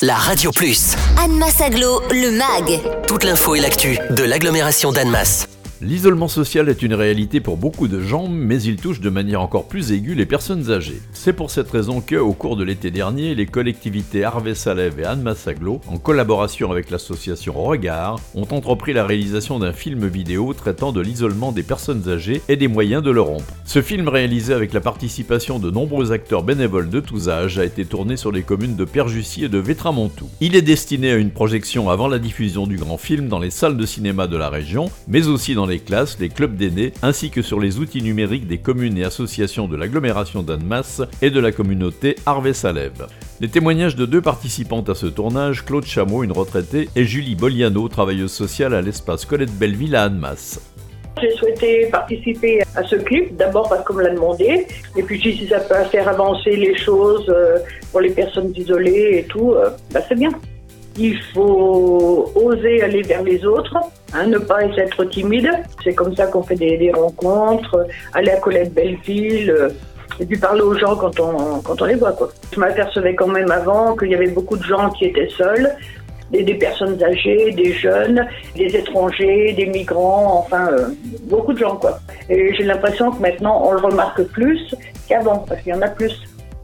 la Radio Plus. Annemasse Agglo, le MAG. Toute l'info et l'actu de l'agglomération d'Annemasse. L'isolement social est une réalité pour beaucoup de gens, mais il touche de manière encore plus aiguë les personnes âgées. C'est pour cette raison que, au cours de l'été dernier, les collectivités Arves-Salève et Annemasse Agglo, en collaboration avec l'association Regard, ont entrepris la réalisation d'un film vidéo traitant de l'isolement des personnes âgées et des moyens de le rompre. Ce film, réalisé avec la participation de nombreux acteurs bénévoles de tous âges, a été tourné sur les communes de Père-Jussy et de Vétramontou. Il est destiné à une projection avant la diffusion du grand film dans les salles de cinéma de la région, mais aussi dans les classes, les clubs d'aînés, ainsi que sur les outils numériques des communes et associations de l'agglomération d'Annemasse et de la communauté Arves-Salève. Les témoignages de deux participantes à ce tournage, Claude Chameau, une retraitée, et Julie Boliano, travailleuse sociale à l'espace Colette Belleville à Annemasse. J'ai souhaité participer à ce clip, d'abord parce qu'on me l'a demandé, et puis si ça peut faire avancer les choses pour les personnes isolées et tout, c'est bien. Il faut oser aller vers les autres, ne pas être timide. C'est comme ça qu'on fait des rencontres, aller à Colette Belleville, et puis parler aux gens quand on les voit, quoi. Je m'apercevais quand même avant qu'il y avait beaucoup de gens qui étaient seuls, des personnes âgées, des jeunes, des étrangers, des migrants, beaucoup de gens, quoi. Et j'ai l'impression que maintenant on le remarque plus qu'avant, parce qu'il y en a plus.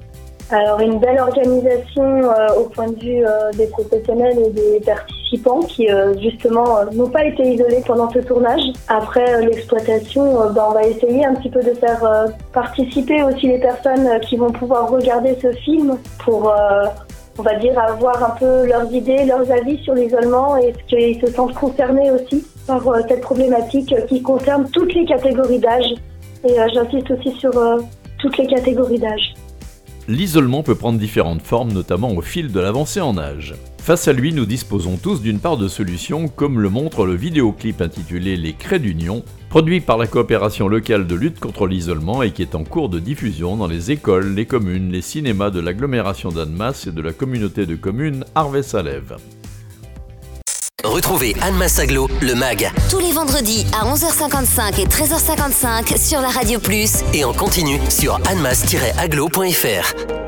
Alors une belle organisation au point de vue des professionnels et des participants qui justement n'ont pas été isolés pendant ce tournage. Après l'exploitation, on va essayer un petit peu de faire participer aussi les personnes qui vont pouvoir regarder ce film pour on va dire avoir un peu leurs idées, leurs avis sur l'isolement et ce qu'ils se sentent concernés aussi par cette problématique qui concerne toutes les catégories d'âge. Et j'insiste aussi sur toutes les catégories d'âge. L'isolement peut prendre différentes formes, notamment au fil de l'avancée en âge. Face à lui, nous disposons tous d'une part de solutions, comme le montre le vidéoclip intitulé Les Crêts d'Union, produit par la coopération locale de lutte contre l'isolement et qui est en cours de diffusion dans les écoles, les communes, les cinémas de l'agglomération d'Annemasse et de la communauté de communes Arves-Salève. Retrouvez Annemasse Agglo, le MAG. Tous les vendredis à 11h55 et 13h55 sur la Radio Plus. Et en continu sur annemasse-agglo.fr.